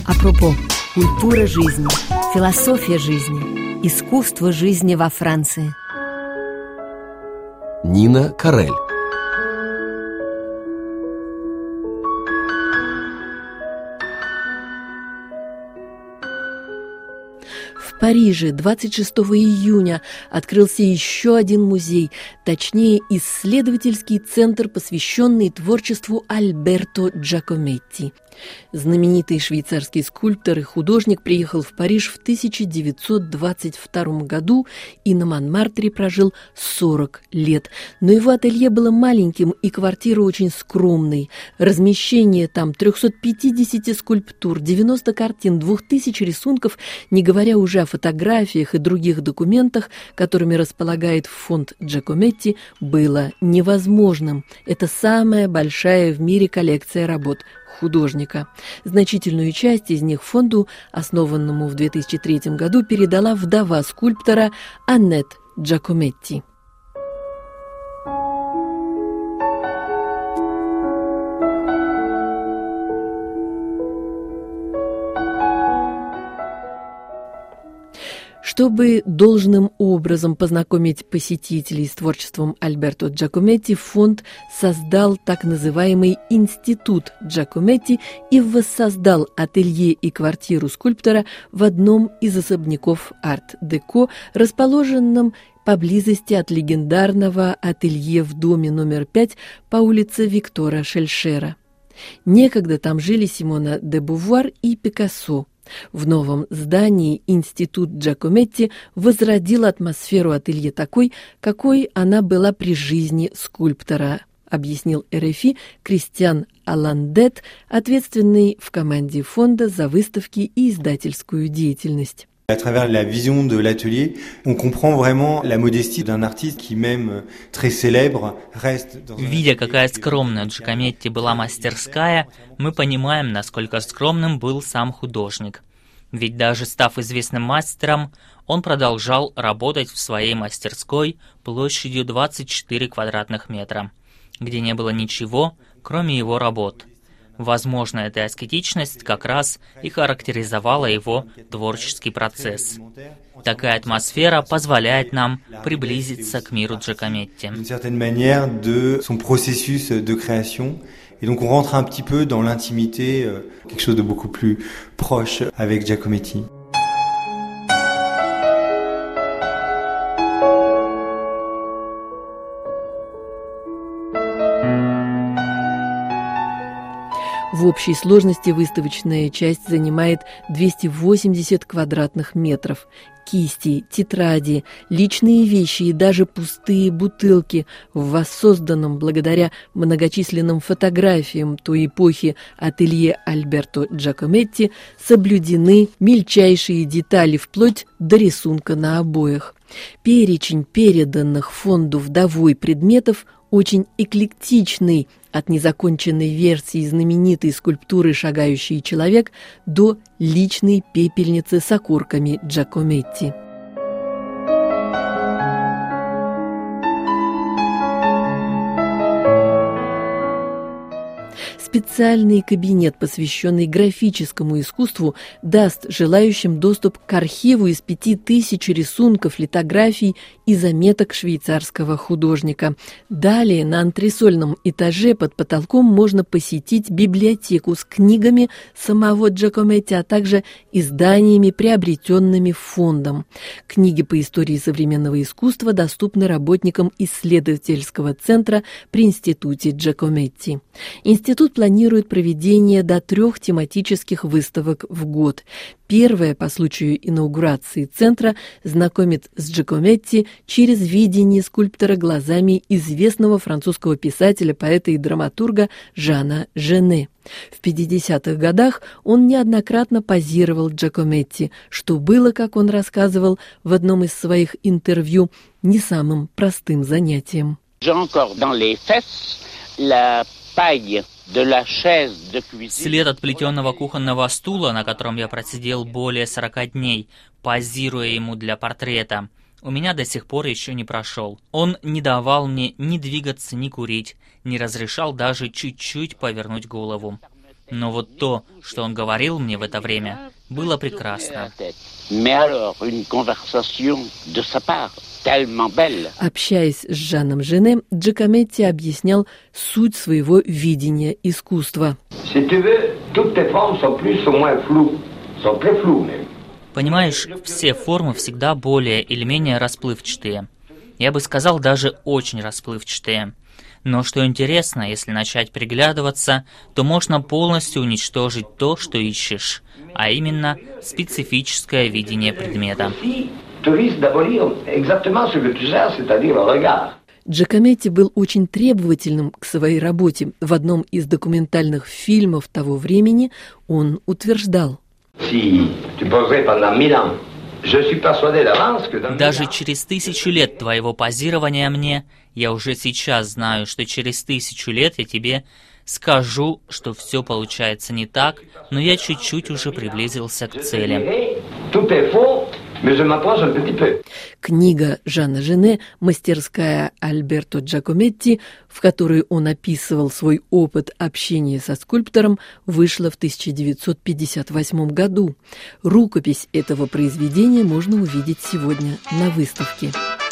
Апропо, культура жизни, философия жизни, искусство жизни во Франции. Нина Карель. В Париже 26 июня открылся еще один музей, точнее исследовательский центр, посвященный творчеству Альберто Джакометти. Знаменитый швейцарский скульптор и художник приехал в Париж в 1922 году и на Монмартре прожил 40 лет. Но его ателье было маленьким и квартира очень скромной. Размещение там 350 скульптур, 90 картин, 2000 рисунков, не говоря уже о фотографиях и других документах, которыми располагает фонд Джакометти, было невозможным. Это самая большая в мире коллекция работ художника. Значительную часть из них фонду, основанному в 2003 году, передала вдова скульптора Аннет Джакометти. Чтобы должным образом познакомить посетителей с творчеством Альберто Джакометти, фонд создал так называемый Институт Джакометти и воссоздал ателье и квартиру скульптора в одном из особняков арт-деко, расположенном поблизости от легендарного ателье в доме номер 5 по улице Виктора Шельшера. Некогда там жили Симона де Бувуар и Пикассо. В новом здании Институт Джакометти возродил атмосферу ателье такой, какой она была при жизни скульптора, объяснил РФИ Кристиан Аландет, ответственный в команде фонда за выставки и издательскую деятельность. À travers la vision de l'atelier, on comprend vraiment la modestie d'un artiste qui, même très célèbre, reste dans un... Видя, какая скромная Джакометти была мастерская, мы понимаем, насколько скромным был сам художник. Ведь даже став известным мастером, он продолжал работать в своей мастерской площадью 24 квадратных метра, где не было ничего, кроме его работ. Возможно, эта аскетичность как раз и характеризовала его творческий процесс. Такая атмосфера позволяет нам приблизиться к миру Джакометти. Et donc on rentre un petit peu dans l'intimité, quelque chose de beaucoup plus proche avec Giacometti. В общей сложности выставочная часть занимает 280 квадратных метров. Кисти, тетради, личные вещи и даже пустые бутылки в воссозданном благодаря многочисленным фотографиям той эпохи ателье Альберто Джакометти соблюдены мельчайшие детали вплоть до рисунка на обоях. Перечень переданных фонду вдовой предметов очень эклектичный, от незаконченной версии знаменитой скульптуры «Шагающий человек» до личной пепельницы с окурками Джакометти. Специальный кабинет, посвященный графическому искусству, даст желающим доступ к архиву из 5000 рисунков, литографий и заметок швейцарского художника. Далее на антресольном этаже под потолком можно посетить библиотеку с книгами самого Джакометти, а также изданиями, приобретенными фондом. Книги по истории современного искусства доступны работникам исследовательского центра при Институте Джакометти. Институт планирует проведение до 3 тематических выставок в год. Первая по случаю инаугурации центра знакомит с Джакометти через видение скульптора глазами известного французского писателя, поэта и драматурга Жана Жене. В 50-х годах он неоднократно позировал Джакометти, что было, как он рассказывал в одном из своих интервью, не самым простым занятием. След от плетеного кухонного стула, на котором я просидел более 40 дней, позируя ему для портрета, у меня до сих пор еще не прошел. Он не давал мне ни двигаться, ни курить, не разрешал даже чуть-чуть повернуть голову. Но вот то, что он говорил мне в это время, было прекрасно. Общаясь с Жаном Жене, Джакометти объяснял суть своего видения искусства. Понимаешь, все формы всегда более или менее расплывчатые. Я бы сказал, даже очень расплывчатые. Но что интересно, если начать приглядываться, то можно полностью уничтожить то, что ищешь, а именно специфическое видение предмета. Джакометти был очень требовательным к своей работе. В одном из документальных фильмов того времени он утверждал: даже через 1000 лет твоего позирования мне, я уже сейчас знаю, что через 1000 лет я тебе скажу, что все получается не так, но я чуть-чуть уже приблизился к цели. Книга Жана Жене «Мастерская Альберто Джакометти», в которой он описывал свой опыт общения со скульптором, вышла в 1958 году. Рукопись этого произведения можно увидеть сегодня на выставке.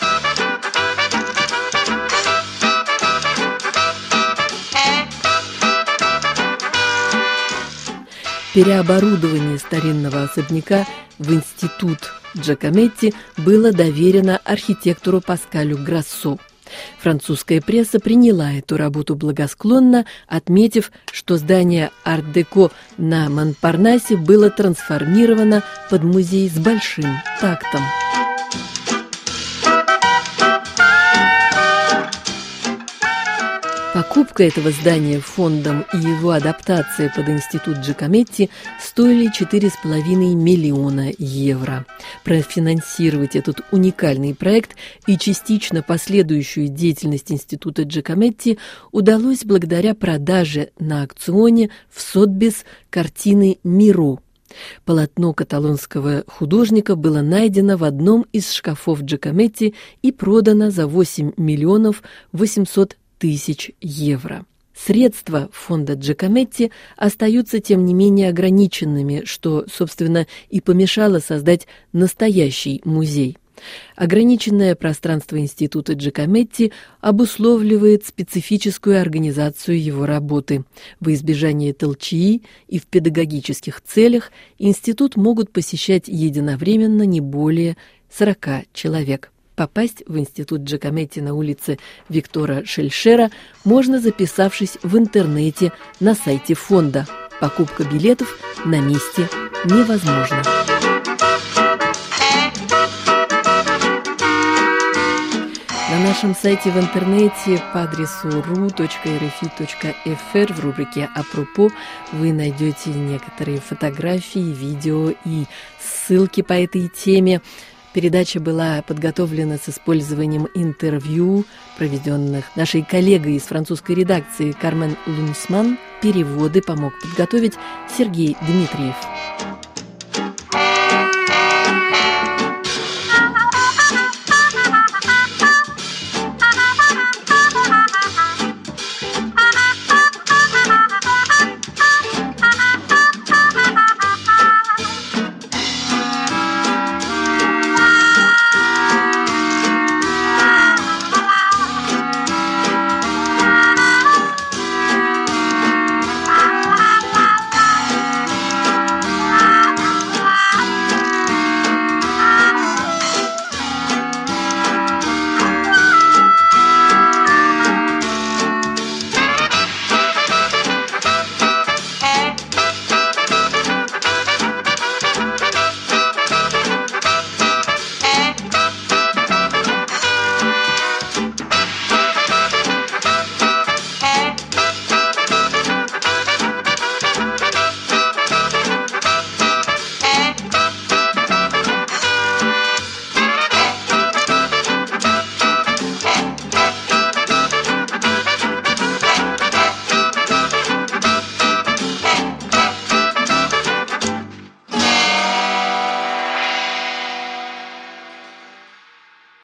Переоборудование старинного особняка в институт Джакометти было доверено архитектору Паскалю Грассо. Французская пресса приняла эту работу благосклонно, отметив, что здание арт-деко на Монпарнасе было трансформировано под музей с большим тактом. Покупка этого здания фондом и его адаптация под институт Джакометти стоили 4,5 миллиона евро. Профинансировать этот уникальный проект и частично последующую деятельность института Джакометти удалось благодаря продаже на аукционе в Сотбис картины «Миро». Полотно каталонского художника было найдено в одном из шкафов Джакометти и продано за 8 миллионов 800 тысяч евро. Средства фонда Джакометти остаются, тем не менее, ограниченными, что, собственно, и помешало создать настоящий музей. Ограниченное пространство института Джакометти обусловливает специфическую организацию его работы. Во избежание толчии и в педагогических целях институт могут посещать единовременно не более 40 человек. Попасть в институт Джакометти на улице Виктора Шельшера можно, записавшись в интернете на сайте фонда. Покупка билетов на месте невозможна. На нашем сайте в интернете по адресу ru.rfi.fr в рубрике «Апропо» вы найдете некоторые фотографии, видео и ссылки по этой теме. Передача была подготовлена с использованием интервью, проведенных нашей коллегой из французской редакции Кармен Лунсман. Переводы помог подготовить Сергей Дмитриев.